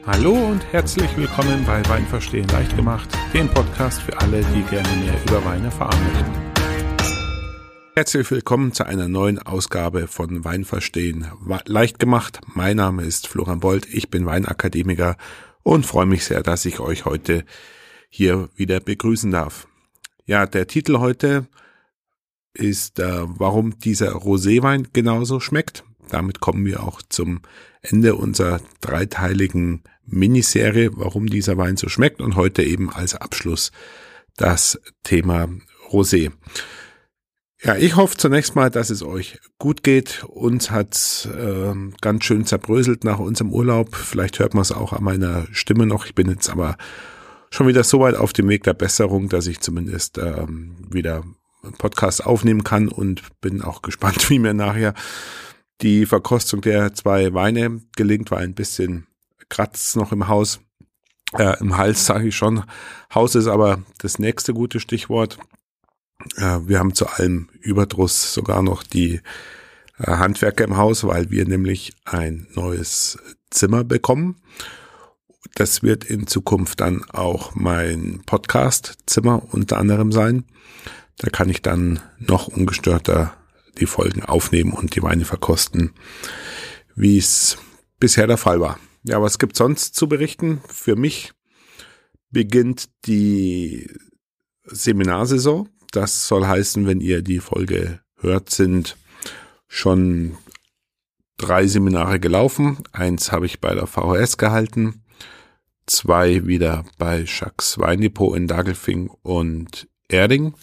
Hallo und herzlich willkommen bei Wein verstehen leicht gemacht, dem Podcast für alle, die gerne mehr über Wein erfahren möchten. Herzlich willkommen zu einer neuen Ausgabe von Wein verstehen leicht gemacht. Mein Name ist Florian Bold, ich bin Weinakademiker und freue mich sehr, dass ich euch heute hier wieder begrüßen darf. Ja, der Titel heute ist, warum dieser Roséwein genauso schmeckt. Damit kommen wir auch zum Ende unserer dreiteiligen Miniserie, warum dieser Wein so schmeckt, und heute eben als Abschluss das Thema Rosé. Ja, ich hoffe zunächst mal, dass es euch gut geht. Uns hat's ganz schön zerbröselt nach unserem Urlaub. Vielleicht hört man es auch an meiner Stimme noch. Ich bin jetzt aber schon wieder so weit auf dem Weg der Besserung, dass ich zumindest wieder einen Podcast aufnehmen kann, und bin auch gespannt, wie mir nachher die Verkostung der 2 Weine gelingt. War ein bisschen Kratz noch im Hals, sage ich schon. Haus ist aber das nächste gute Stichwort. Wir haben zu allem Überdruss sogar noch die Handwerker im Haus, weil wir nämlich ein neues Zimmer bekommen. Das wird in Zukunft dann auch mein Podcast-Zimmer unter anderem sein. Da kann ich dann noch ungestörter die Folgen aufnehmen und die Weine verkosten, wie es bisher der Fall war. Ja, was gibt's sonst zu berichten? Für mich beginnt die Seminarsaison. Das soll heißen, wenn ihr die Folge hört, sind schon 3 Seminare gelaufen. 1 habe ich bei der VHS gehalten, 2 wieder bei Jacques Weindepot in Daglfing und Erding.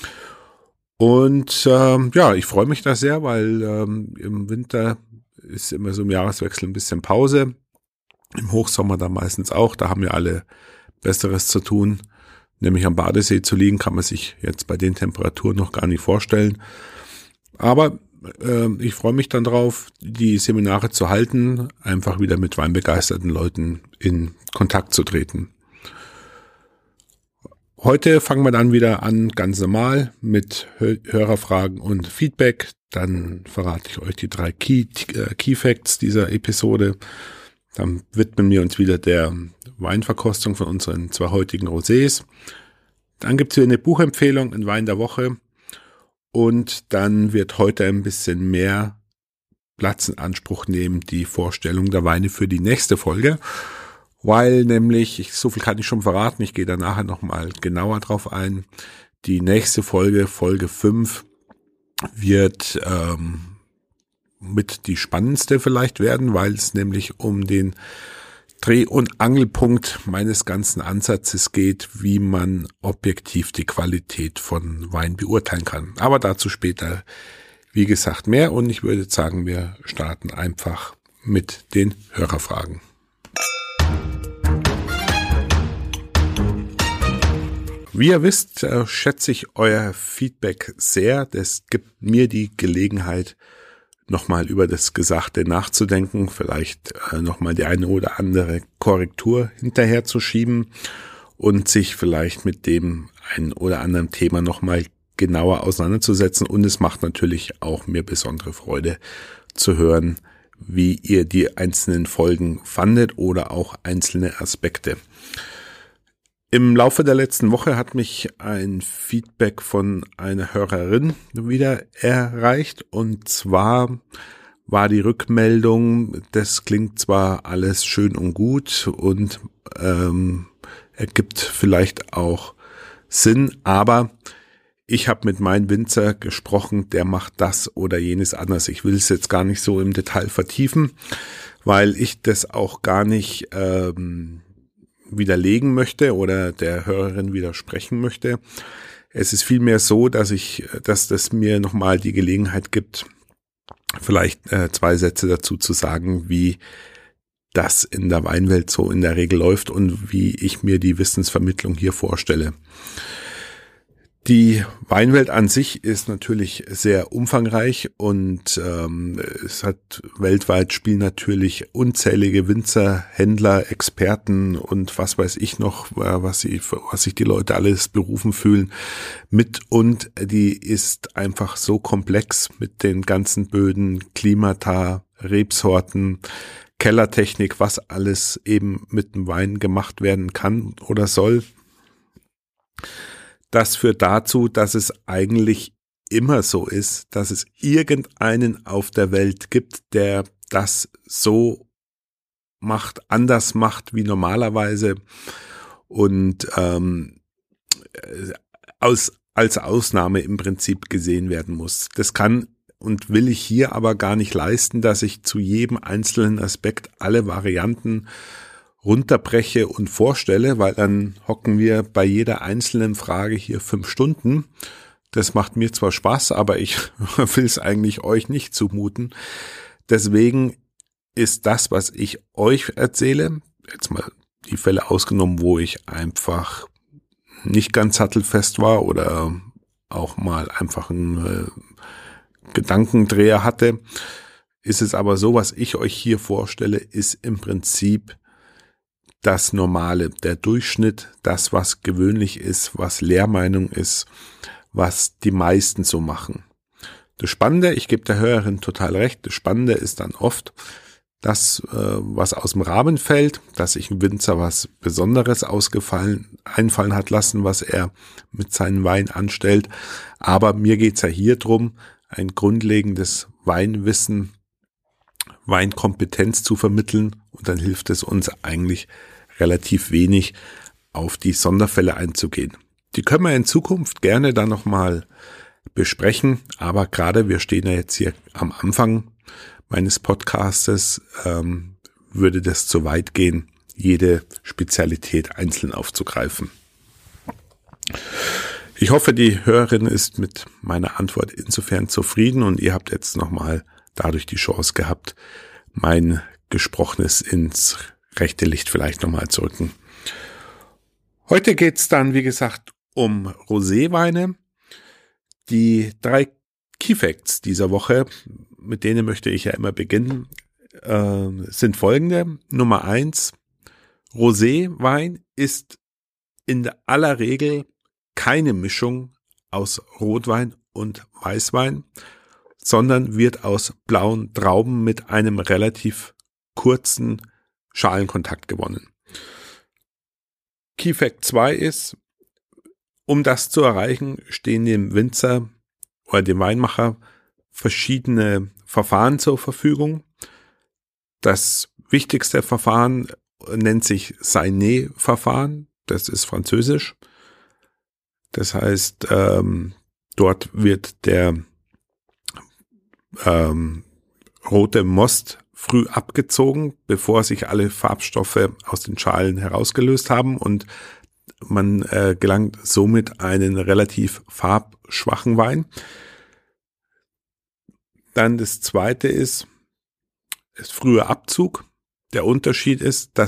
Und ich freue mich da sehr, weil im Winter ist immer so im Jahreswechsel ein bisschen Pause. Im Hochsommer dann meistens auch. Da haben wir alle Besseres zu tun. Nämlich am Badesee zu liegen, kann man sich jetzt bei den Temperaturen noch gar nicht vorstellen. Aber ich freue mich dann drauf, die Seminare zu halten, einfach wieder mit weinbegeisterten Leuten in Kontakt zu treten. Heute fangen wir dann wieder an, ganz normal, mit Hörerfragen und Feedback. Dann verrate ich euch die 3 Key Facts dieser Episode. Dann widmen wir uns wieder der Weinverkostung von unseren 2 heutigen Rosés. Dann gibt es wieder eine Buchempfehlung, ein Wein der Woche. Und dann wird heute ein bisschen mehr Platz in Anspruch nehmen, die Vorstellung der Weine für die nächste Folge. Weil nämlich, so viel kann ich schon verraten, ich gehe da nachher nochmal genauer drauf ein, die nächste Folge, Folge 5, wird mit die spannendste vielleicht werden, weil es nämlich um den Dreh- und Angelpunkt meines ganzen Ansatzes geht, wie man objektiv die Qualität von Wein beurteilen kann. Aber dazu später, wie gesagt, mehr, und ich würde sagen, wir starten einfach mit den Hörerfragen. Wie ihr wisst, schätze ich euer Feedback sehr. Das gibt mir die Gelegenheit, nochmal über das Gesagte nachzudenken, vielleicht nochmal die eine oder andere Korrektur hinterherzuschieben und sich vielleicht mit dem einen oder anderen Thema nochmal genauer auseinanderzusetzen. Und es macht natürlich auch mir besondere Freude zu hören, wie ihr die einzelnen Folgen fandet oder auch einzelne Aspekte. Im Laufe der letzten Woche hat mich ein Feedback von einer Hörerin wieder erreicht, und zwar war die Rückmeldung, das klingt zwar alles schön und gut und ergibt vielleicht auch Sinn, aber ich habe mit meinem Winzer gesprochen, der macht das oder jenes anders. Ich will es jetzt gar nicht so im Detail vertiefen, weil ich das auch gar nicht widerlegen möchte oder der Hörerin widersprechen möchte. Es ist vielmehr so, dass das mir nochmal die Gelegenheit gibt, vielleicht 2 Sätze dazu zu sagen, wie das in der Weinwelt so in der Regel läuft und wie ich mir die Wissensvermittlung hier vorstelle. Die Weinwelt an sich ist natürlich sehr umfangreich, und es hat weltweit spielen natürlich unzählige Winzer, Händler, Experten und was weiß ich noch, was sich die Leute alles berufen fühlen mit, und die ist einfach so komplex mit den ganzen Böden, Klimata, Rebsorten, Kellertechnik, was alles eben mit dem Wein gemacht werden kann oder soll. Das führt dazu, dass es eigentlich immer so ist, dass es irgendeinen auf der Welt gibt, der das so macht, anders macht wie normalerweise und als Ausnahme im Prinzip gesehen werden muss. Das kann und will ich hier aber gar nicht leisten, dass ich zu jedem einzelnen Aspekt alle Varianten runterbreche und vorstelle, weil dann hocken wir bei jeder einzelnen Frage hier 5 Stunden. Das macht mir zwar Spaß, aber ich will es eigentlich euch nicht zumuten. Deswegen ist das, was ich euch erzähle, jetzt mal die Fälle ausgenommen, wo ich einfach nicht ganz sattelfest war oder auch mal einfach einen Gedankendreher hatte, ist es aber so, was ich euch hier vorstelle, ist im Prinzip das Normale, der Durchschnitt, das, was gewöhnlich ist, was Lehrmeinung ist, was die meisten so machen. Das Spannende, ich gebe der Hörerin total recht, das Spannende ist dann oft, das, was aus dem Rahmen fällt, dass sich ein Winzer was Besonderes einfallen hat lassen, was er mit seinem Wein anstellt. Aber mir geht's ja hier drum, ein grundlegendes Weinwissen, Weinkompetenz zu vermitteln. Und dann hilft es uns eigentlich relativ wenig, auf die Sonderfälle einzugehen. Die können wir in Zukunft gerne dann nochmal besprechen. Aber gerade wir stehen ja jetzt hier am Anfang meines Podcastes, würde das zu weit gehen, jede Spezialität einzeln aufzugreifen. Ich hoffe, die Hörerin ist mit meiner Antwort insofern zufrieden und ihr habt jetzt nochmal dadurch die Chance gehabt, mein Gesprochenes ins rechte Licht vielleicht nochmal zu rücken. Heute geht's dann, wie gesagt, um Roséweine. Die 3 Key Facts dieser Woche, mit denen möchte ich ja immer beginnen, sind folgende. Nummer 1, Roséwein ist in der aller Regel keine Mischung aus Rotwein und Weißwein, sondern wird aus blauen Trauben mit einem relativ kurzen Schalenkontakt gewonnen. Key Fact 2 ist, um das zu erreichen, stehen dem Winzer oder dem Weinmacher verschiedene Verfahren zur Verfügung. Das wichtigste Verfahren nennt sich Sainet-Verfahren. Das ist französisch. Das heißt, dort wird der rote Most früh abgezogen, bevor sich alle Farbstoffe aus den Schalen herausgelöst haben und man gelangt somit einen relativ farbschwachen Wein. Dann das zweite ist früher Abzug. Der Unterschied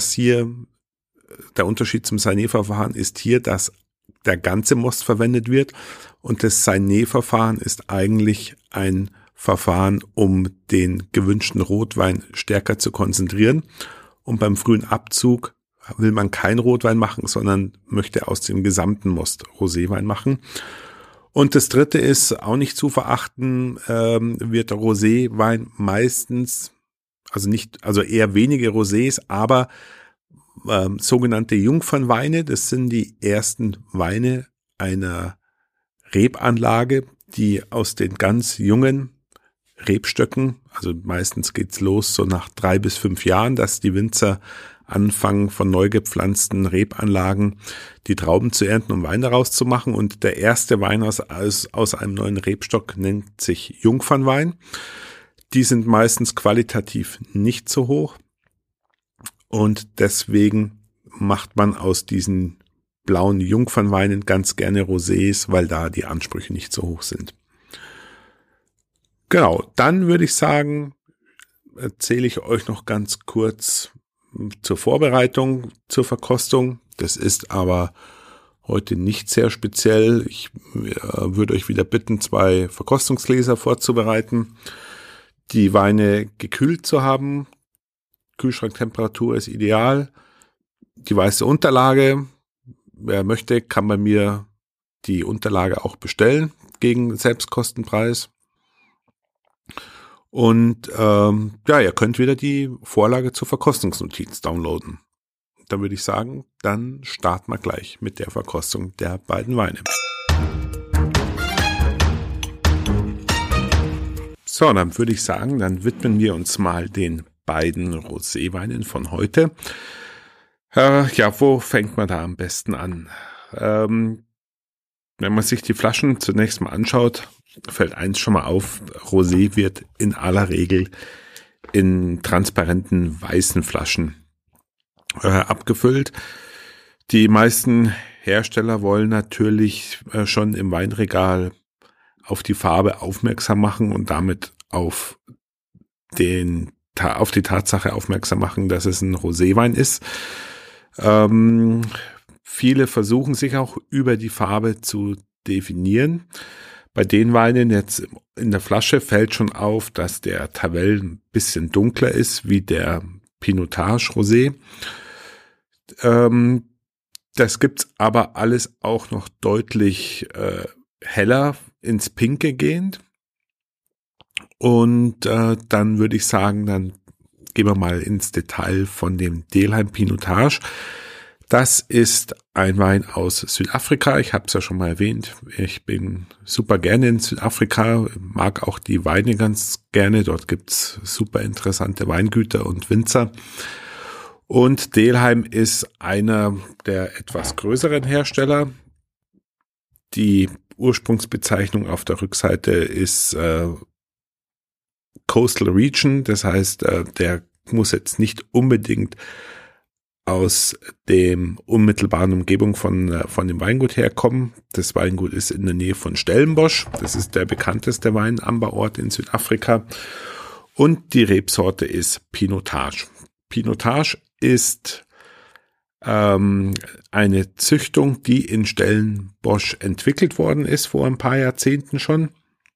zum Sainet-Verfahren ist hier, dass der ganze Most verwendet wird und das Sainet-Verfahren ist eigentlich ein Verfahren, um den gewünschten Rotwein stärker zu konzentrieren. Und beim frühen Abzug will man kein Rotwein machen, sondern möchte aus dem gesamten Most Roséwein machen. Und das dritte ist auch nicht zu verachten, wird Roséwein meistens, also eher wenige Rosés, aber sogenannte Jungfernweine, das sind die ersten Weine einer Rebanlage, die aus den ganz jungen Rebstöcken, also meistens geht's los so nach 3 bis 5 Jahren, dass die Winzer anfangen von neu gepflanzten Rebanlagen die Trauben zu ernten, um Wein daraus zu machen. Und der erste Wein aus einem neuen Rebstock nennt sich Jungfernwein. Die sind meistens qualitativ nicht so hoch und deswegen macht man aus diesen blauen Jungfernweinen ganz gerne Rosés, weil da die Ansprüche nicht so hoch sind. Genau, dann würde ich sagen, erzähle ich euch noch ganz kurz zur Vorbereitung, zur Verkostung. Das ist aber heute nicht sehr speziell. Ich würde euch wieder bitten, 2 Verkostungsgläser vorzubereiten, die Weine gekühlt zu haben. Kühlschranktemperatur ist ideal. Die weiße Unterlage, wer möchte, kann bei mir die Unterlage auch bestellen gegen Selbstkostenpreis. Und ihr könnt wieder die Vorlage zur Verkostungsnotiz downloaden. Dann würde ich sagen, dann starten wir gleich mit der Verkostung der beiden Weine. So, dann würde ich sagen, dann widmen wir uns mal den beiden Roséweinen von heute. Wo fängt man da am besten an? Wenn man sich die Flaschen zunächst mal anschaut, fällt eins schon mal auf: Rosé wird in aller Regel in transparenten weißen Flaschen abgefüllt. Die meisten Hersteller wollen natürlich schon im Weinregal auf die Farbe aufmerksam machen und damit auf die Tatsache aufmerksam machen, dass es ein Roséwein ist. Viele versuchen sich auch über die Farbe zu definieren. Bei den Weinen jetzt in der Flasche fällt schon auf, dass der Tavel ein bisschen dunkler ist wie der Pinotage Rosé. Das gibt's aber alles auch noch deutlich heller ins Pinke gehend. Und dann würde ich sagen, dann gehen wir mal ins Detail von dem Delheim Pinotage. Das ist ein Wein aus Südafrika. Ich habe es ja schon mal erwähnt. Ich bin super gerne in Südafrika, mag auch die Weine ganz gerne. Dort gibt's super interessante Weingüter und Winzer. Und Delheim ist einer der etwas größeren Hersteller. Die Ursprungsbezeichnung auf der Rückseite ist Coastal Region. Das heißt, der muss jetzt nicht unbedingt aus dem unmittelbaren Umgebung von dem Weingut herkommen. Das Weingut ist in der Nähe von Stellenbosch. Das ist der bekannteste Weinanbauort in Südafrika. Und die Rebsorte ist Pinotage. Pinotage ist eine Züchtung, die in Stellenbosch entwickelt worden ist, vor ein paar Jahrzehnten schon.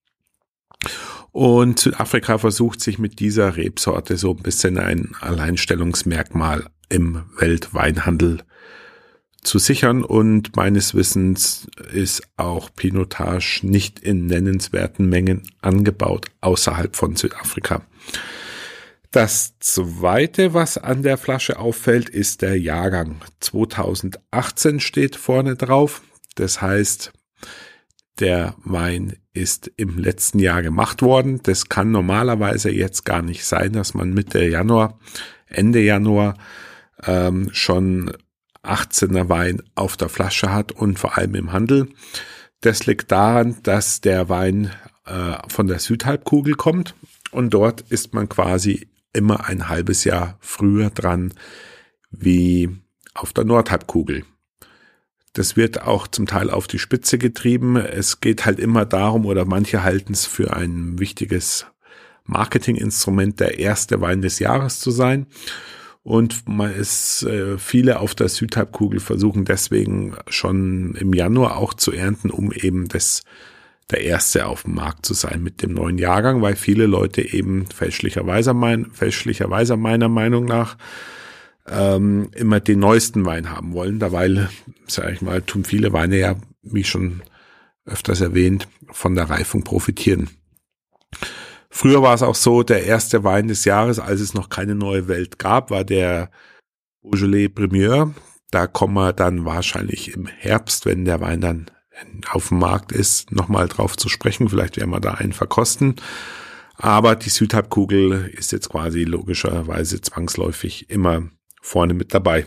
Und Südafrika versucht sich mit dieser Rebsorte so ein bisschen ein Alleinstellungsmerkmal im Weltweinhandel zu sichern. Und meines Wissens ist auch Pinotage nicht in nennenswerten Mengen angebaut außerhalb von Südafrika. Das zweite, was an der Flasche auffällt, ist der Jahrgang. 2018 steht vorne drauf. Das heißt, der Wein ist im letzten Jahr gemacht worden. Das kann normalerweise jetzt gar nicht sein, dass man Ende Januar schon 18er Wein auf der Flasche hat und vor allem im Handel. Das liegt daran, dass der Wein von der Südhalbkugel kommt und dort ist man quasi immer ein halbes Jahr früher dran wie auf der Nordhalbkugel. Das wird auch zum Teil auf die Spitze getrieben. Es geht halt immer darum, oder manche halten es für ein wichtiges Marketinginstrument, der erste Wein des Jahres zu sein. Und viele auf der Südhalbkugel versuchen deswegen schon im Januar auch zu ernten, um eben der erste auf dem Markt zu sein mit dem neuen Jahrgang, weil viele Leute eben fälschlicherweise meiner Meinung nach immer den neuesten Wein haben wollen. Dabei, sage ich mal, tun viele Weine ja, wie schon öfters erwähnt, von der Reifung profitieren. Früher war es auch so, der erste Wein des Jahres, als es noch keine neue Welt gab, war der Beaujolais Primeur. Da kommen wir dann wahrscheinlich im Herbst, wenn der Wein dann auf dem Markt ist, nochmal drauf zu sprechen. Vielleicht werden wir da einen verkosten. Aber die Südhalbkugel ist jetzt quasi logischerweise zwangsläufig immer vorne mit dabei.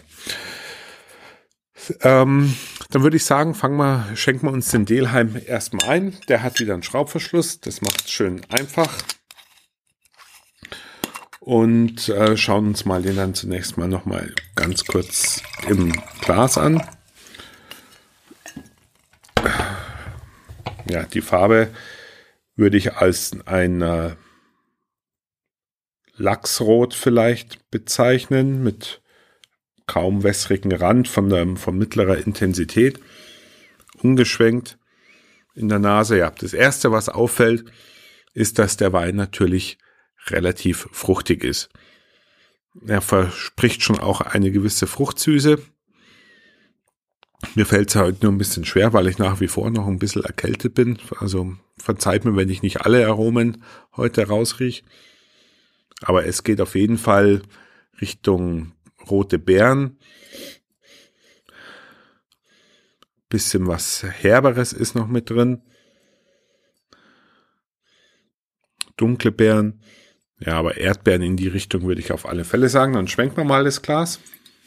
Dann würde ich sagen, schenken wir uns den Delheim erstmal ein. Der hat wieder einen Schraubverschluss. Das macht es schön einfach. Und schauen uns mal den dann zunächst mal nochmal ganz kurz im Glas an. Ja, die Farbe würde ich als ein Lachsrot vielleicht bezeichnen, mit kaum wässrigen Rand von mittlerer Intensität, ungeschwenkt in der Nase. Ja, das erste, was auffällt, ist, dass der Wein natürlich relativ fruchtig ist. Er verspricht schon auch eine gewisse Fruchtsüße. Mir fällt es heute nur ein bisschen schwer, weil ich nach wie vor noch ein bisschen erkältet bin. Also Verzeiht mir, wenn ich nicht alle Aromen heute rausrieche. Aber es geht auf jeden Fall Richtung rote Beeren. Bisschen was Herberes ist noch mit drin. Dunkle Beeren. Ja, aber Erdbeeren in die Richtung würde ich auf alle Fälle sagen. Dann schwenken wir mal das Glas.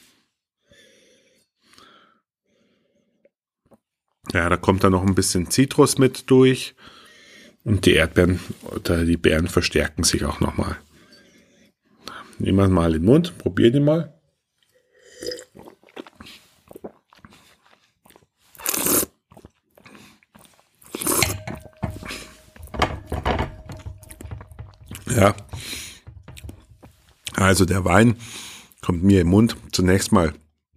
Ja, da kommt dann noch ein bisschen Zitrus mit durch. Und die Erdbeeren oder die Beeren verstärken sich auch nochmal. Nehmen wir mal in den Mund, probier den mal. Ja, also der Wein kommt mir im Mund zunächst mal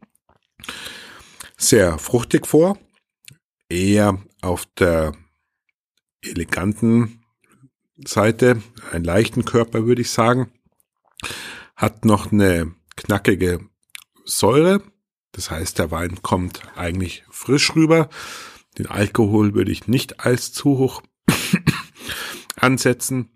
sehr fruchtig vor, eher auf der eleganten Seite, einen leichten Körper würde ich sagen, hat noch eine knackige Säure, das heißt der Wein kommt eigentlich frisch rüber, den Alkohol würde ich nicht als zu hoch ansetzen.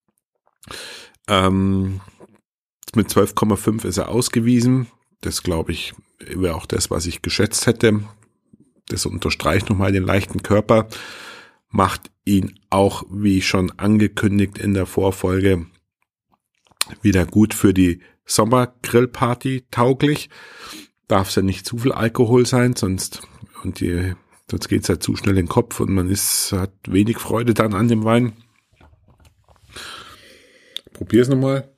Mit 12,5 ist er ausgewiesen. Das, glaube ich, wäre auch das, was ich geschätzt hätte. Das unterstreicht nochmal den leichten Körper. Macht ihn auch, wie schon angekündigt in der Vorfolge, wieder gut für die Sommergrillparty tauglich. Darf es ja nicht zu viel Alkohol sein, sonst geht es ja zu schnell in den Kopf und man hat wenig Freude dann an dem Wein. Probier es nochmal.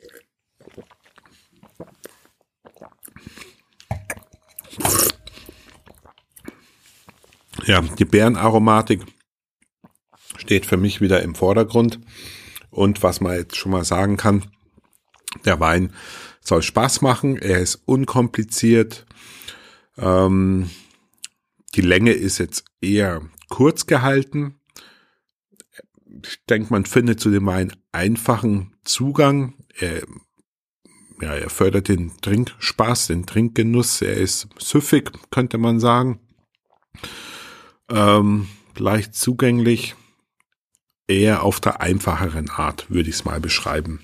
Ja, die Beerenaromatik steht für mich wieder im Vordergrund. Und was man jetzt schon mal sagen kann, der Wein soll Spaß machen. Er ist unkompliziert. Die Länge ist jetzt eher kurz gehalten. Ich denke, man findet zu dem Wein einfachen Zugang. Er fördert den Trinkspaß, den Trinkgenuss. Er ist süffig, könnte man sagen. Leicht zugänglich. Eher auf der einfacheren Art, würde ich es mal beschreiben.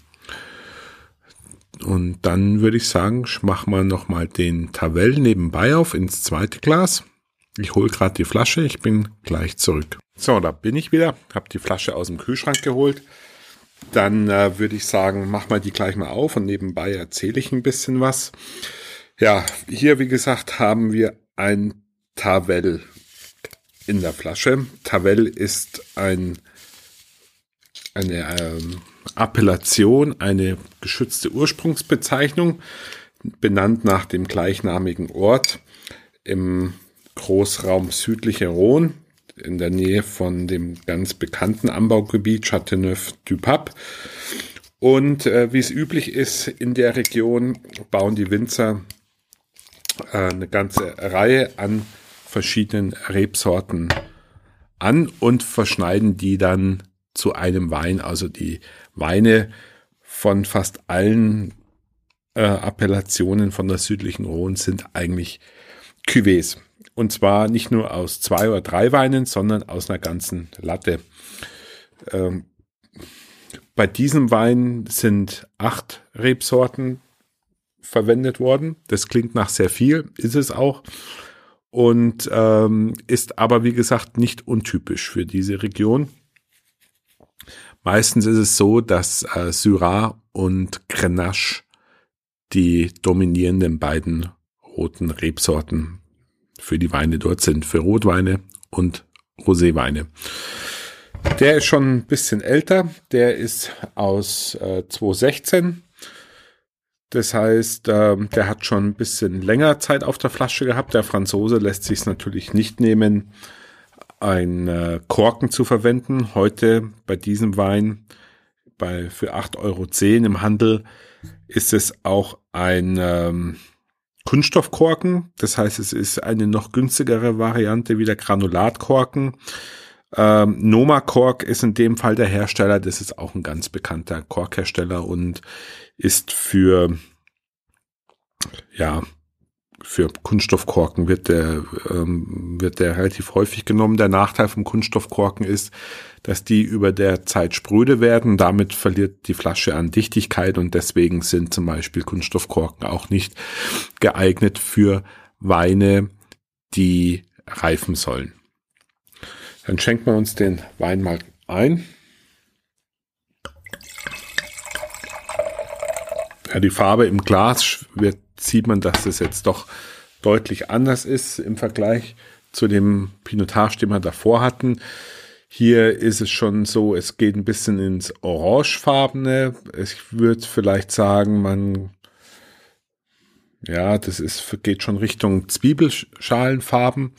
Und dann würde ich sagen, machen wir nochmal den Tavel nebenbei auf ins zweite Glas. Ich hole gerade die Flasche, ich bin gleich zurück. So, da bin ich wieder, habe die Flasche aus dem Kühlschrank geholt. Dann würde ich sagen, machen wir die gleich mal auf und nebenbei erzähle ich ein bisschen was. Ja, hier wie gesagt haben wir ein Tavel in der Flasche. Tavel ist eine Appellation, eine geschützte Ursprungsbezeichnung, benannt nach dem gleichnamigen Ort im Großraum südliche Rhône, in der Nähe von dem ganz bekannten Anbaugebiet Châteauneuf-du-Pape. Und wie es üblich ist in der Region, bauen die Winzer eine ganze Reihe an verschiedenen Rebsorten an und verschneiden die dann zu einem Wein. Also die Weine von fast allen Appellationen von der südlichen Rhône sind eigentlich Cuvées. Und zwar nicht nur aus 2 oder 3 Weinen, sondern aus einer ganzen Latte. Bei diesem Wein sind 8 Rebsorten verwendet worden. Das klingt nach sehr viel, ist es auch. Und ist aber, wie gesagt, nicht untypisch für diese Region. Meistens ist es so, dass Syrah und Grenache die dominierenden beiden roten Rebsorten für die Weine dort sind, für Rotweine und Roséweine. Der ist schon ein bisschen älter, der ist aus 2016. Das heißt, der hat schon ein bisschen länger Zeit auf der Flasche gehabt. Der Franzose lässt sich es natürlich nicht nehmen, einen Korken zu verwenden. Heute bei diesem Wein für 8,10 € im Handel ist es auch ein Kunststoffkorken. Das heißt, es ist eine noch günstigere Variante wie der Granulatkorken. Noma-Kork ist in dem Fall der Hersteller. Das ist auch ein ganz bekannter Korkhersteller und ist für für Kunststoffkorken wird der relativ häufig genommen. Der Nachteil vom Kunststoffkorken ist, dass die über der Zeit spröde werden. Damit verliert die Flasche an Dichtigkeit und deswegen sind zum Beispiel Kunststoffkorken auch nicht geeignet für Weine, die reifen sollen. Dann schenken wir uns den Wein mal ein. Ja, die Farbe im Glas sieht man, dass es jetzt doch deutlich anders ist im Vergleich zu dem Pinotage, den wir davor hatten. Hier ist es schon so, es geht ein bisschen ins Orangefarbene. Ich würde vielleicht sagen, geht schon Richtung Zwiebelschalenfarben.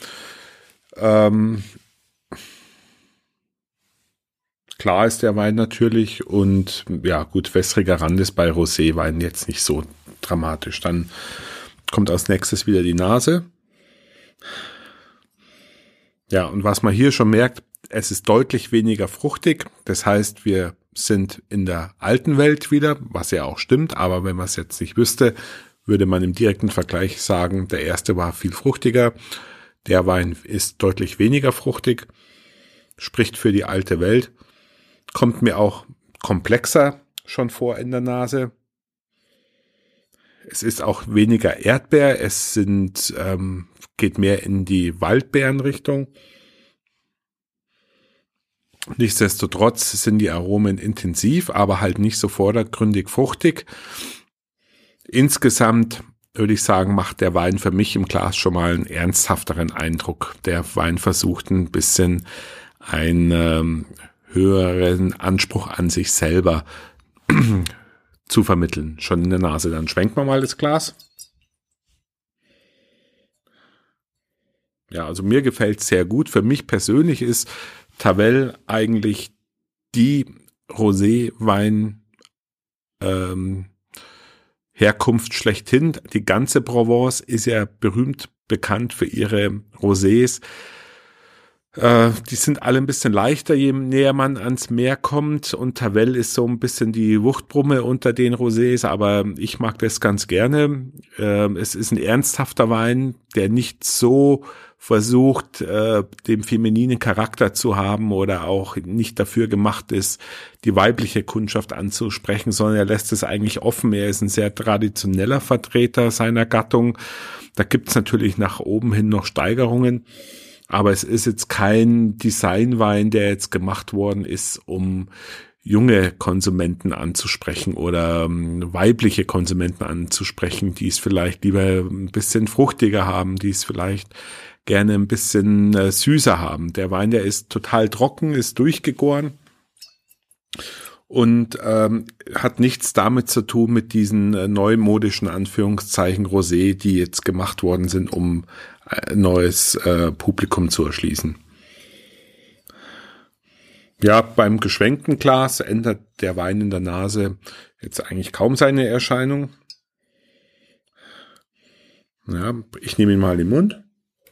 Klar ist der Wein natürlich und ja gut, wässriger Rand ist bei Roséwein jetzt nicht so dramatisch. Dann kommt als nächstes wieder die Nase. Ja, und was man hier schon merkt, es ist deutlich weniger fruchtig. Das heißt, wir sind in der alten Welt wieder, was ja auch stimmt. Aber wenn man es jetzt nicht wüsste, würde man im direkten Vergleich sagen, der erste war viel fruchtiger. Der Wein ist deutlich weniger fruchtig, spricht für die alte Welt. Kommt mir auch komplexer schon vor in der Nase. Es ist auch weniger Erdbeer, geht mehr in die Waldbeerenrichtung. Nichtsdestotrotz sind die Aromen intensiv, aber halt nicht so vordergründig fruchtig. Insgesamt würde ich sagen, macht der Wein für mich im Glas schon mal einen ernsthafteren Eindruck. Der Wein versucht ein bisschen einen höheren Anspruch an sich selber zu vermitteln, schon in der Nase. Dann schwenken wir mal das Glas. Ja, also mir gefällt es sehr gut. Für mich persönlich ist Tavel eigentlich die Roséwein Herkunft schlechthin. Die ganze Provence ist ja berühmt bekannt für ihre Rosés. Die sind alle ein bisschen leichter, je näher man ans Meer kommt, und Tavel ist so ein bisschen die Wuchtbrumme unter den Rosés, aber ich mag das ganz gerne. Es ist ein ernsthafter Wein, der nicht so versucht, den femininen Charakter zu haben oder auch nicht dafür gemacht ist, die weibliche Kundschaft anzusprechen, sondern er lässt es eigentlich offen. Er ist ein sehr traditioneller Vertreter seiner Gattung. Da gibt's natürlich nach oben hin noch Steigerungen. Aber es ist jetzt kein Designwein, der jetzt gemacht worden ist, um junge Konsumenten anzusprechen oder weibliche Konsumenten anzusprechen, die es vielleicht lieber ein bisschen fruchtiger haben, die es vielleicht gerne ein bisschen süßer haben. Der Wein, der ist total trocken, ist durchgegoren und hat nichts damit zu tun mit diesen neumodischen Anführungszeichen Rosé, die jetzt gemacht worden sind, um ein neues Publikum zu erschließen. Ja, beim geschwenkten Glas ändert der Wein in der Nase jetzt eigentlich kaum seine Erscheinung. Ja, ich nehme ihn mal in den Mund.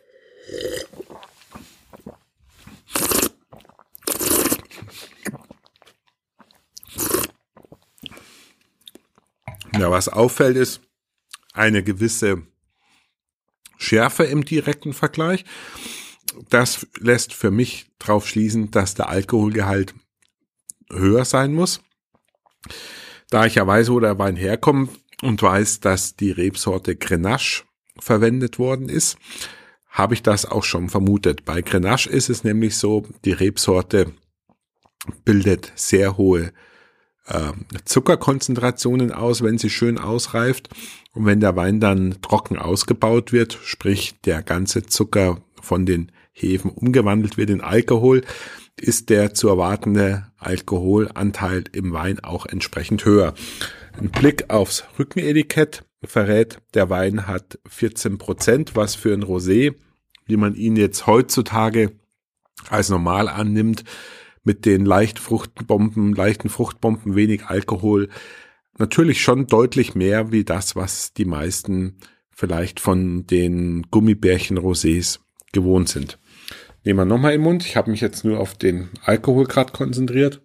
Ja, was auffällt, ist eine gewisse Schärfe im direkten Vergleich. Das lässt für mich darauf schließen, dass der Alkoholgehalt höher sein muss. Da ich ja weiß, wo der Wein herkommt und weiß, dass die Rebsorte Grenache verwendet worden ist, habe ich das auch schon vermutet. Bei Grenache ist es nämlich so, die Rebsorte bildet sehr hohe Zuckerkonzentrationen aus, wenn sie schön ausreift. Und wenn der Wein dann trocken ausgebaut wird, sprich der ganze Zucker von den Hefen umgewandelt wird in Alkohol, ist der zu erwartende Alkoholanteil im Wein auch entsprechend höher. Ein Blick aufs Rückenetikett verrät, der Wein hat 14%, was für ein Rosé, wie man ihn jetzt heutzutage als normal annimmt, mit den leichten Fruchtbomben, wenig Alkohol, natürlich schon deutlich mehr wie das, was die meisten vielleicht von den Gummibärchen-Rosés gewohnt sind. Nehmen wir nochmal im Mund. Ich habe mich jetzt nur auf den Alkoholgrad konzentriert.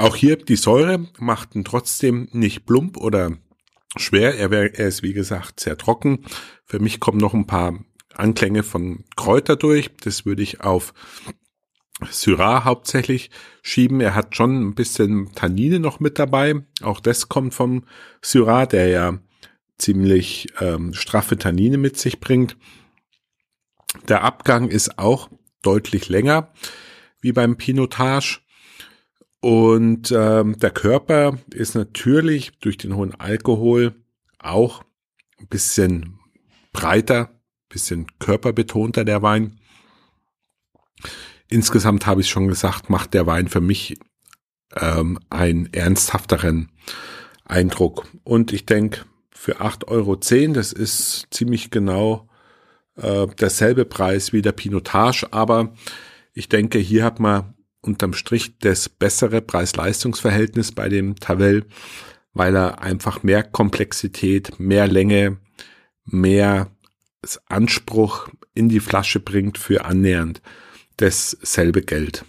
Auch hier die Säure macht ihn trotzdem nicht plump oder schwer. Er ist wie gesagt sehr trocken. Für mich kommen noch ein paar Anklänge von Kräuter durch. Das würde ich auf Syrah hauptsächlich schieben. Er hat schon ein bisschen Tannine noch mit dabei. Auch das kommt vom Syrah, der ja ziemlich straffe Tannine mit sich bringt. Der Abgang ist auch deutlich länger wie beim Pinotage. Und der Körper ist natürlich durch den hohen Alkohol auch ein bisschen breiter, ein bisschen körperbetonter, der Wein. Insgesamt habe ich schon gesagt, macht der Wein für mich einen ernsthafteren Eindruck. Und ich denke, für 8,10 €, das ist ziemlich genau derselbe Preis wie der Pinotage, aber ich denke, hier hat man unterm Strich das bessere Preis-Leistungs-Verhältnis bei dem Tavel, weil er einfach mehr Komplexität, mehr Länge, mehr Anspruch in die Flasche bringt für annähernd dasselbe Geld.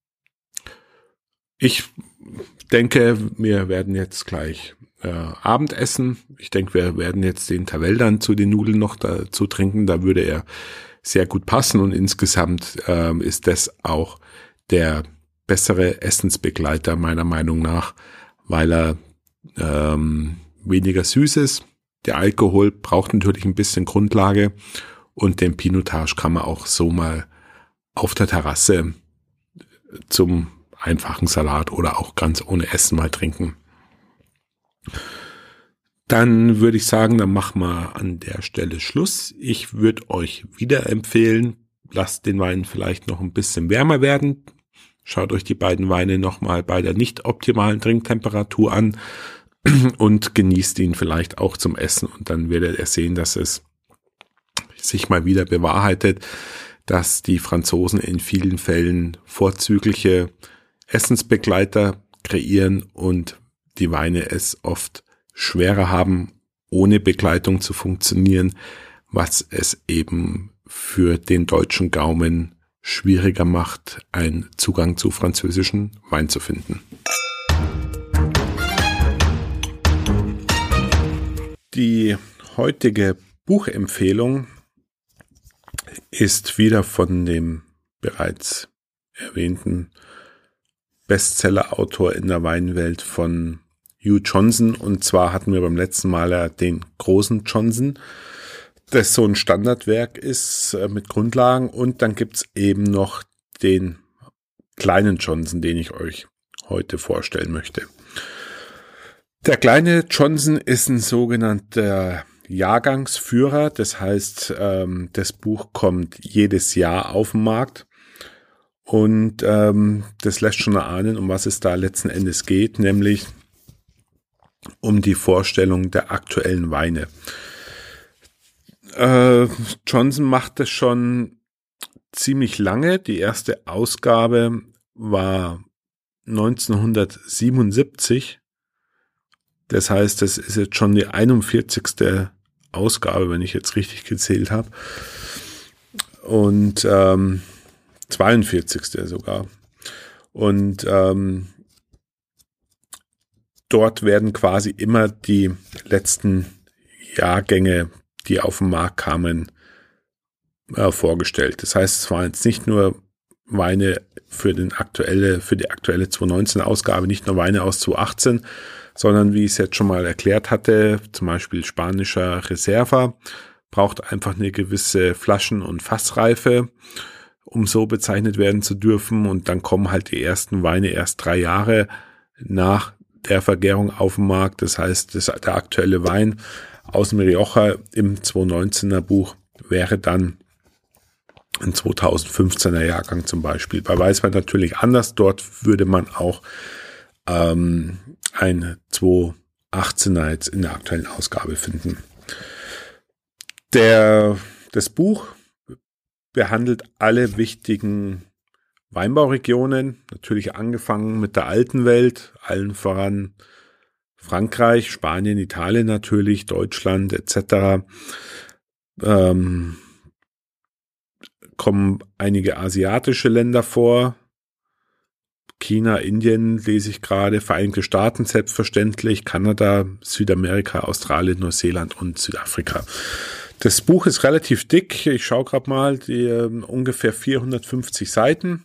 Ich denke, wir werden jetzt gleich Abendessen. Ich denke, wir werden jetzt den Tavel dann zu den Nudeln noch dazu trinken. Da würde er sehr gut passen und insgesamt ist das auch der bessere Essensbegleiter meiner Meinung nach, weil er weniger süß ist. Der Alkohol braucht natürlich ein bisschen Grundlage und den Pinotage kann man auch so mal auf der Terrasse zum einfachen Salat oder auch ganz ohne Essen mal trinken. Dann würde ich sagen, dann machen wir an der Stelle Schluss. Ich würde euch wieder empfehlen, lasst den Wein vielleicht noch ein bisschen wärmer werden. Schaut euch die beiden Weine nochmal bei der nicht optimalen Trinktemperatur an und genießt ihn vielleicht auch zum Essen. Und dann werdet ihr sehen, dass es sich mal wieder bewahrheitet, dass die Franzosen in vielen Fällen vorzügliche Essensbegleiter kreieren und die Weine es oft schwerer haben, ohne Begleitung zu funktionieren, was es eben für den deutschen Gaumen schwieriger macht, einen Zugang zu französischen Wein zu finden. Die heutige Buchempfehlung ist wieder von dem bereits erwähnten Bestseller-Autor in der Weinwelt von Hugh Johnson. Und zwar hatten wir beim letzten Mal ja den großen Johnson, das so ein Standardwerk ist mit Grundlagen. Und dann gibt's eben noch den kleinen Johnson, den ich euch heute vorstellen möchte. Der kleine Johnson ist ein sogenannter Jahrgangsführer. Das heißt, das Buch kommt jedes Jahr auf den Markt. Und das lässt schon erahnen, um was es da letzten Endes geht, nämlich um die Vorstellung der aktuellen Weine. Johnson macht das schon ziemlich lange. Die erste Ausgabe war 1977. Das heißt, das ist jetzt schon die 41. Ausgabe, wenn ich jetzt richtig gezählt habe. Und 42. sogar. Und dort werden quasi immer die letzten Jahrgänge, die auf den Markt kamen, vorgestellt. Das heißt, es waren jetzt nicht nur Weine für die aktuelle 2019 Ausgabe, nicht nur Weine aus 2018, sondern wie ich es jetzt schon mal erklärt hatte, zum Beispiel spanischer Reserva, braucht einfach eine gewisse Flaschen- und Fassreife, um so bezeichnet werden zu dürfen. Und dann kommen halt die ersten Weine erst 3 Jahre nach der Vergärung auf den Markt. Das heißt, der aktuelle Wein aus dem Rioja im 2019er Buch wäre dann ein 2015er Jahrgang zum Beispiel. Bei Weißwein natürlich anders. Dort würde man auch ein 2018er jetzt in der aktuellen Ausgabe finden. Das Buch behandelt alle wichtigen Weinbauregionen, natürlich angefangen mit der alten Welt, allen voran Frankreich, Spanien, Italien natürlich, Deutschland etc. Kommen einige asiatische Länder vor, China, Indien lese ich gerade, Vereinigte Staaten selbstverständlich, Kanada, Südamerika, Australien, Neuseeland und Südafrika. Das Buch ist relativ dick, ich schaue gerade mal, ungefähr 450 Seiten.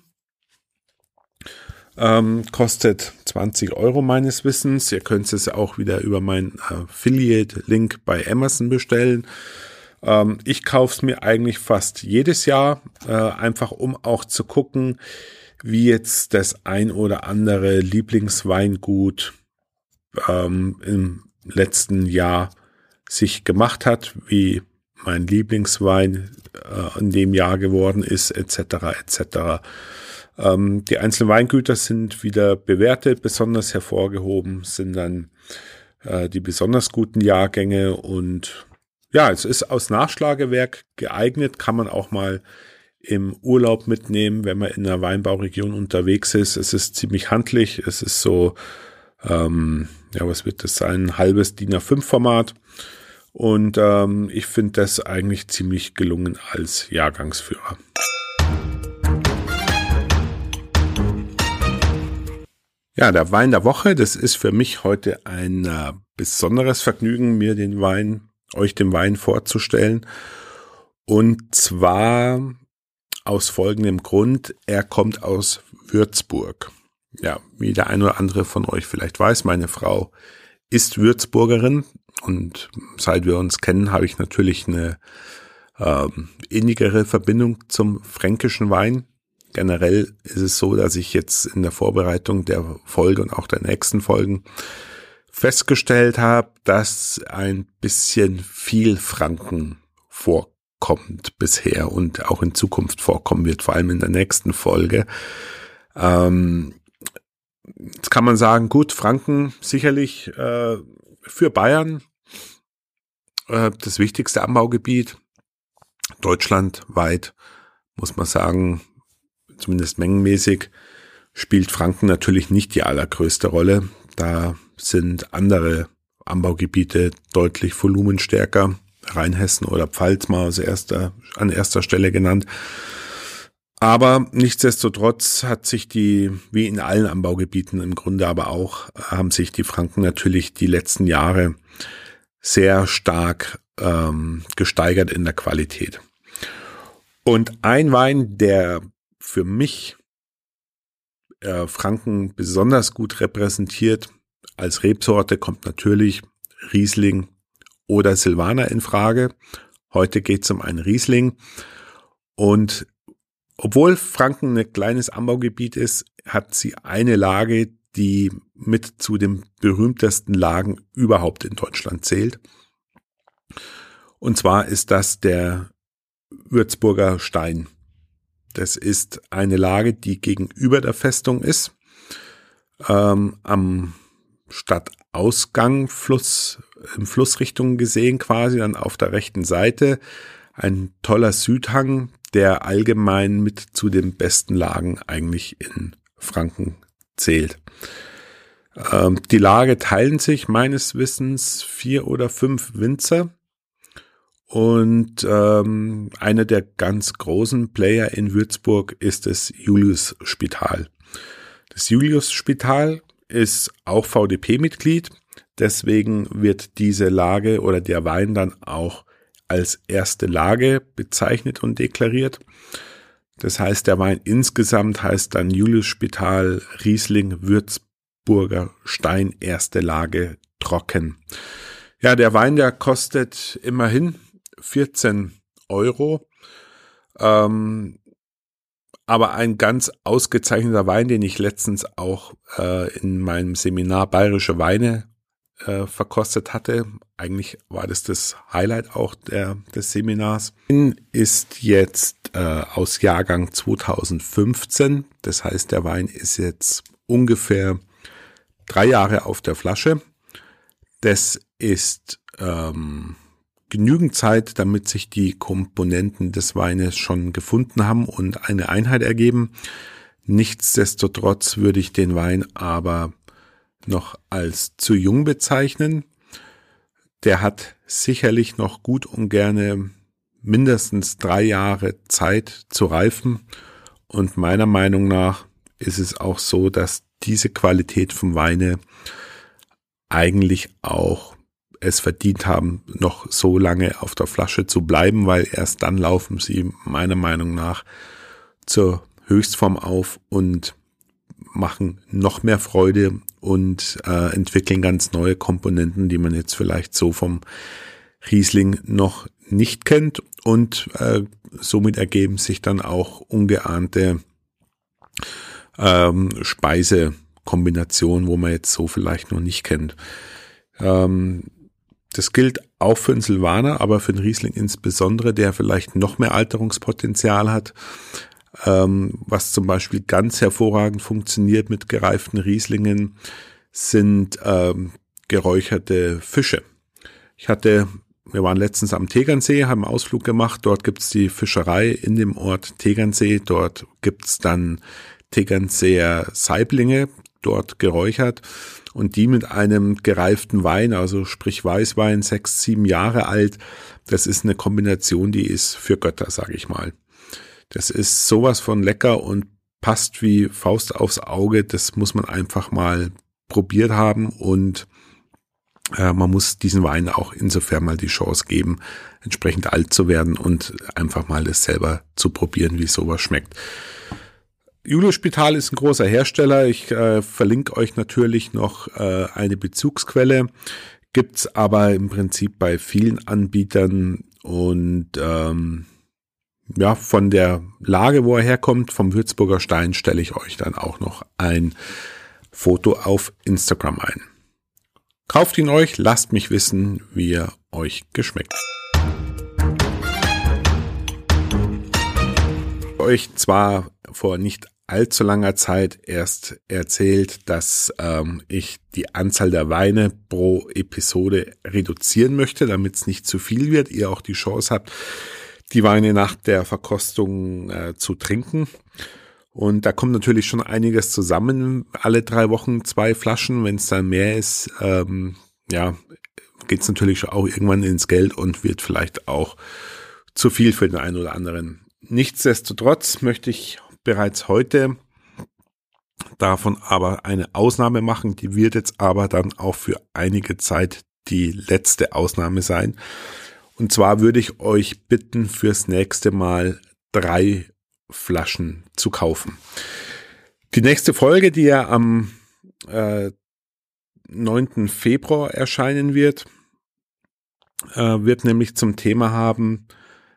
Kostet 20 € meines Wissens. Ihr könnt es auch wieder über meinen Affiliate-Link bei Amazon bestellen. Ich kaufe es mir eigentlich fast jedes Jahr, einfach um auch zu gucken, wie jetzt das ein oder andere Lieblingsweingut im letzten Jahr sich gemacht hat, wie mein Lieblingswein in dem Jahr geworden ist, etc. etc. Die einzelnen Weingüter sind wieder bewertet, besonders hervorgehoben sind dann die besonders guten Jahrgänge und ja, es ist aus Nachschlagewerk geeignet, kann man auch mal im Urlaub mitnehmen, wenn man in einer Weinbauregion unterwegs ist. Es ist ziemlich handlich, es ist so, was wird das sein, ein halbes DIN A5-Format und ich finde das eigentlich ziemlich gelungen als Jahrgangsführer. Ja, der Wein der Woche, das ist für mich heute ein besonderes Vergnügen, euch den Wein vorzustellen. Und zwar aus folgendem Grund, er kommt aus Würzburg. Ja, wie der ein oder andere von euch vielleicht weiß, meine Frau ist Würzburgerin und seit wir uns kennen, habe ich natürlich eine innigere Verbindung zum fränkischen Wein. Generell ist es so, dass ich jetzt in der Vorbereitung der Folge und auch der nächsten Folgen festgestellt habe, dass ein bisschen viel Franken vorkommt bisher und auch in Zukunft vorkommen wird, vor allem in der nächsten Folge. Jetzt kann man sagen, gut, Franken sicherlich für Bayern das wichtigste Anbaugebiet. Deutschlandweit muss man sagen, zumindest mengenmäßig, spielt Franken natürlich nicht die allergrößte Rolle. Da sind andere Anbaugebiete deutlich volumenstärker. Rheinhessen oder Pfalz mal an erster Stelle genannt. Aber nichtsdestotrotz hat sich wie in allen Anbaugebieten im Grunde aber auch, haben sich die Franken natürlich die letzten Jahre sehr stark gesteigert in der Qualität. Und ein Wein, der für mich Franken besonders gut repräsentiert als Rebsorte, kommt natürlich Riesling oder Silvaner in Frage. Heute geht es um einen Riesling. Und obwohl Franken ein kleines Anbaugebiet ist, hat sie eine Lage, die mit zu den berühmtesten Lagen überhaupt in Deutschland zählt. Und zwar ist das der Würzburger Stein. Das ist eine Lage, die gegenüber der Festung ist, am Stadtausgang in Flussrichtung gesehen quasi, dann auf der rechten Seite. Ein toller Südhang, der allgemein mit zu den besten Lagen eigentlich in Franken zählt. Die Lage teilen sich meines Wissens 4 oder 5 Winzer. Und einer der ganz großen Player in Würzburg ist das Julius-Spital. Das Julius-Spital ist auch VDP-Mitglied, deswegen wird diese Lage oder der Wein dann auch als erste Lage bezeichnet und deklariert. Das heißt, der Wein insgesamt heißt dann Julius-Spital Riesling Würzburger Stein erste Lage trocken. Ja, der Wein, der kostet immerhin 14 €. Aber ein ganz ausgezeichneter Wein, den ich letztens auch in meinem Seminar Bayerische Weine verkostet hatte. Eigentlich war das Highlight auch des Seminars. Ist jetzt aus Jahrgang 2015. Das heißt, der Wein ist jetzt ungefähr 3 Jahre auf der Flasche. Das ist genügend Zeit, damit sich die Komponenten des Weines schon gefunden haben und eine Einheit ergeben. Nichtsdestotrotz würde ich den Wein aber noch als zu jung bezeichnen. Der hat sicherlich noch gut und gerne mindestens 3 Jahre Zeit zu reifen und meiner Meinung nach ist es auch so, dass diese Qualität von Weine eigentlich auch es verdient haben, noch so lange auf der Flasche zu bleiben, weil erst dann laufen sie meiner Meinung nach zur Höchstform auf und machen noch mehr Freude und entwickeln ganz neue Komponenten, die man jetzt vielleicht so vom Riesling noch nicht kennt, und somit ergeben sich dann auch ungeahnte Speisekombinationen, wo man jetzt so vielleicht noch nicht kennt. Das gilt auch für den Silvaner, aber für den Riesling insbesondere, der vielleicht noch mehr Alterungspotenzial hat. Was zum Beispiel ganz hervorragend funktioniert mit gereiften Rieslingen, sind geräucherte Fische. Wir waren letztens am Tegernsee, haben einen Ausflug gemacht. Dort gibt's die Fischerei in dem Ort Tegernsee. Dort gibt's dann Tegernseer Saiblinge, dort geräuchert, und die mit einem gereiften Wein, also sprich Weißwein, 6, 7 Jahre alt. Das ist eine Kombination, die ist für Götter, sage ich mal. Das ist sowas von lecker und passt wie Faust aufs Auge. Das muss man einfach mal probiert haben, und man muss diesen Wein auch insofern mal die Chance geben, entsprechend alt zu werden und einfach mal das selber zu probieren, wie sowas schmeckt. Julius Spital ist ein großer Hersteller. Ich verlinke euch natürlich noch eine Bezugsquelle. Gibt's aber im Prinzip bei vielen Anbietern, und von der Lage, wo er herkommt, vom Würzburger Stein, stelle ich euch dann auch noch ein Foto auf Instagram ein. Kauft ihn euch, lasst mich wissen, wie er euch geschmeckt. Euch zwar vor nicht allzu langer Zeit erst erzählt, dass ich die Anzahl der Weine pro Episode reduzieren möchte, damit es nicht zu viel wird, ihr auch die Chance habt, die Weine nach der Verkostung zu trinken. Und da kommt natürlich schon einiges zusammen. Alle 3 Wochen 2 Flaschen. Wenn es dann mehr ist, geht es natürlich auch irgendwann ins Geld und wird vielleicht auch zu viel für den einen oder anderen. Nichtsdestotrotz möchte ich bereits heute davon aber eine Ausnahme machen. Die wird jetzt aber dann auch für einige Zeit die letzte Ausnahme sein. Und zwar würde ich euch bitten, fürs nächste Mal 3 Flaschen zu kaufen. Die nächste Folge, die ja am 9. Februar erscheinen wird, wird nämlich zum Thema haben,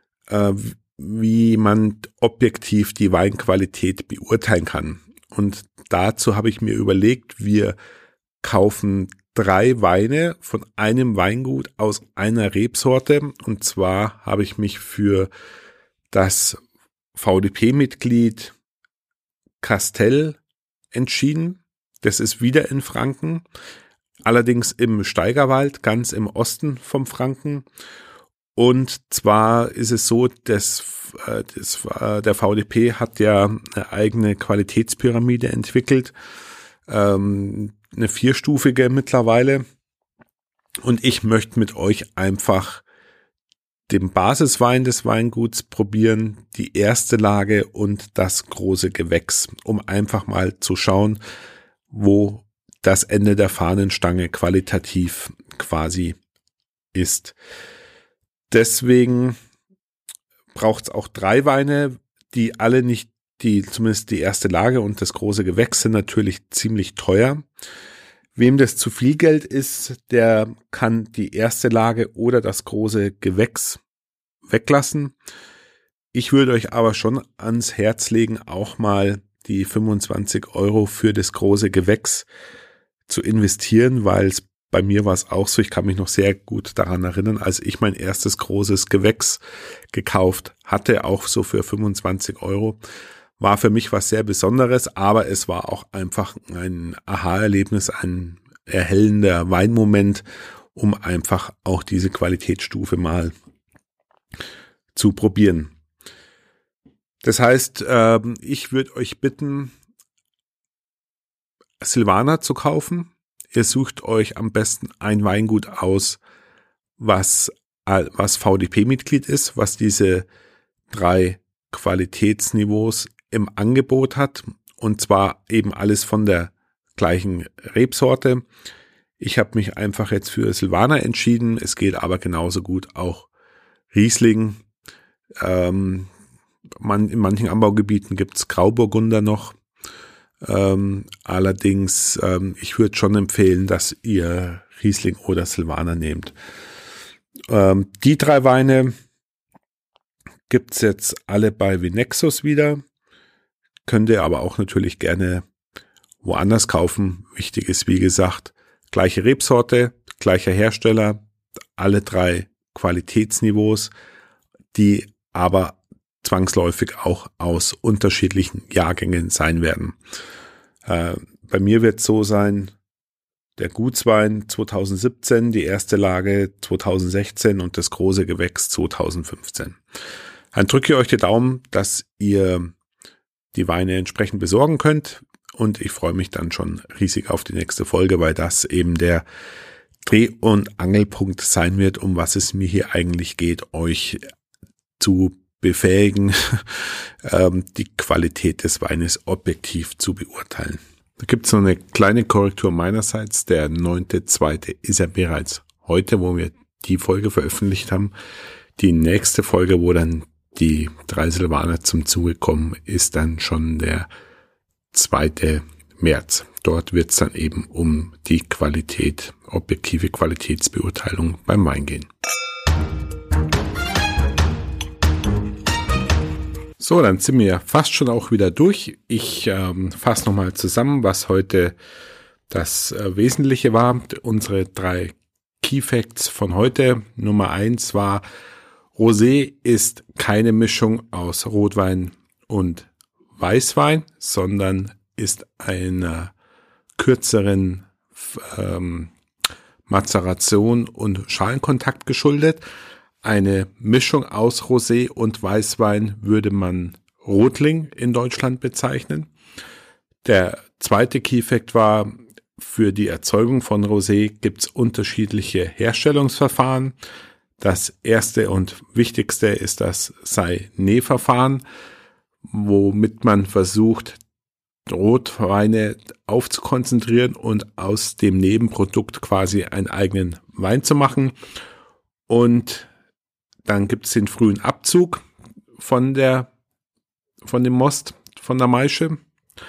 wie man objektiv die Weinqualität beurteilen kann. Und dazu habe ich mir überlegt, wir kaufen 3 Weine von einem Weingut aus einer Rebsorte. Und zwar habe ich mich für das VDP-Mitglied Castell entschieden. Das ist wieder in Franken, allerdings im Steigerwald, ganz im Osten vom Franken. Und zwar ist es so, dass der VDP hat ja eine eigene Qualitätspyramide entwickelt, eine 4-stufige mittlerweile. Und ich möchte mit euch einfach den Basiswein des Weinguts probieren, die erste Lage und das große Gewächs, um einfach mal zu schauen, wo das Ende der Fahnenstange qualitativ quasi ist. Deswegen braucht es auch 3 Weine, die alle nicht, zumindest die erste Lage und das große Gewächs sind natürlich ziemlich teuer. Wem das zu viel Geld ist, der kann die erste Lage oder das große Gewächs weglassen. Ich würde euch aber schon ans Herz legen, auch mal die 25 € für das große Gewächs zu investieren, weil bei mir war es auch so, ich kann mich noch sehr gut daran erinnern, als ich mein erstes großes Gewächs gekauft hatte, auch so für 25 €. War für mich was sehr Besonderes, aber es war auch einfach ein Aha-Erlebnis, ein erhellender Weinmoment, um einfach auch diese Qualitätsstufe mal zu probieren. Das heißt, ich würde euch bitten, Silvaner zu kaufen. Ihr sucht euch am besten ein Weingut aus, was VDP-Mitglied ist, was diese 3 Qualitätsniveaus im Angebot hat und zwar eben alles von der gleichen Rebsorte. Ich habe mich einfach jetzt für Silvaner entschieden. Es geht aber genauso gut auch Riesling. In manchen Anbaugebieten gibt's Grauburgunder noch. Allerdings, ich würde schon empfehlen, dass ihr Riesling oder Silvaner nehmt. Die 3 Weine gibt's jetzt alle bei Vinexus wieder. Könnt ihr aber auch natürlich gerne woanders kaufen. Wichtig ist, wie gesagt, gleiche Rebsorte, gleicher Hersteller, alle 3 Qualitätsniveaus, die aber zwangsläufig auch aus unterschiedlichen Jahrgängen sein werden. Bei mir wird es so sein, der Gutswein 2017, die erste Lage 2016 und das große Gewächs 2015. Dann drücke ich euch die Daumen, dass ihr die Weine entsprechend besorgen könnt, und ich freue mich dann schon riesig auf die nächste Folge, weil das eben der Dreh- und Angelpunkt sein wird, um was es mir hier eigentlich geht, euch zu befähigen, die Qualität des Weines objektiv zu beurteilen. Da gibt es noch eine kleine Korrektur meinerseits. Der 9.2. ist ja bereits heute, wo wir die Folge veröffentlicht haben. Die nächste Folge, wo dann die 3 Silvaner zum Zuge kommen, ist dann schon der 2. März. Dort wird es dann eben um die Qualität, objektive Qualitätsbeurteilung beim Wein gehen. So, dann sind wir fast schon auch wieder durch. Ich fasse nochmal zusammen, was heute das Wesentliche war. Unsere 3 Key Facts von heute. Nummer 1 war, Rosé ist keine Mischung aus Rotwein und Weißwein, sondern ist einer kürzeren Mazeration und Schalenkontakt geschuldet. Eine Mischung aus Rosé und Weißwein würde man Rotling in Deutschland bezeichnen. Der zweite Key-Fact war, für die Erzeugung von Rosé gibt es unterschiedliche Herstellungsverfahren. Das erste und wichtigste ist das Saignée-Verfahren, womit man versucht, Rotweine aufzukonzentrieren und aus dem Nebenprodukt quasi einen eigenen Wein zu machen. Und dann gibt es den frühen Abzug von dem Most, von der Maische.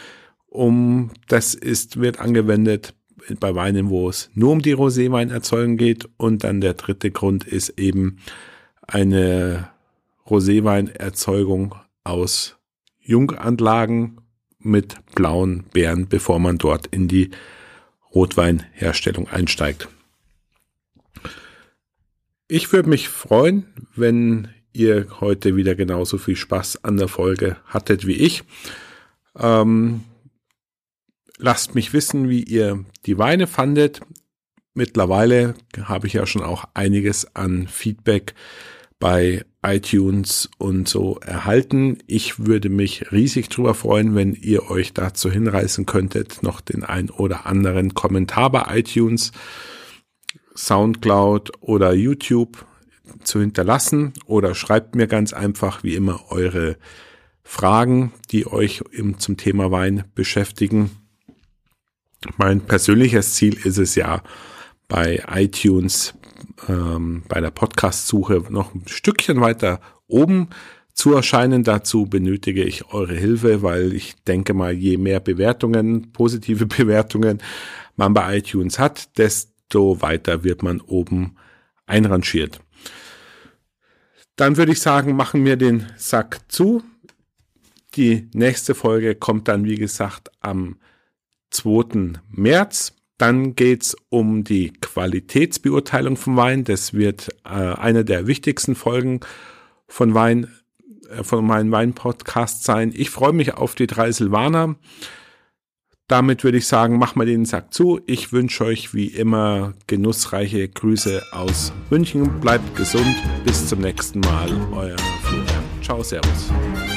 Wird angewendet bei Weinen, wo es nur um die Roséweinerzeugung geht. Und dann der dritte Grund ist eben eine Roséweinerzeugung aus Junganlagen mit blauen Beeren, bevor man dort in die Rotweinherstellung einsteigt. Ich würde mich freuen, wenn ihr heute wieder genauso viel Spaß an der Folge hattet wie ich. Lasst mich wissen, wie ihr die Weine fandet. Mittlerweile habe ich ja schon auch einiges an Feedback bei iTunes und so erhalten. Ich würde mich riesig drüber freuen, wenn ihr euch dazu hinreißen könntet, noch den ein oder anderen Kommentar bei iTunes, Soundcloud oder YouTube zu hinterlassen, oder schreibt mir ganz einfach wie immer eure Fragen, die euch zum Thema Wein beschäftigen. Mein persönliches Ziel ist es ja, bei iTunes bei der Podcast-Suche noch ein Stückchen weiter oben zu erscheinen. Dazu benötige ich eure Hilfe, weil ich denke mal, je mehr Bewertungen, positive Bewertungen man bei iTunes hat, desto weiter wird man oben einrangiert. Dann würde ich sagen, machen wir den Sack zu. Die nächste Folge kommt dann, wie gesagt, am 2. März. Dann geht's um die Qualitätsbeurteilung vom Wein. Das wird eine der wichtigsten Folgen von meinem Wein-Podcast sein. Ich freue mich auf die 3 Silvaner. Damit würde ich sagen, machen wir den Sack zu. Ich wünsche euch wie immer genussreiche Grüße aus München. Bleibt gesund. Bis zum nächsten Mal. Euer Florian. Ciao, servus.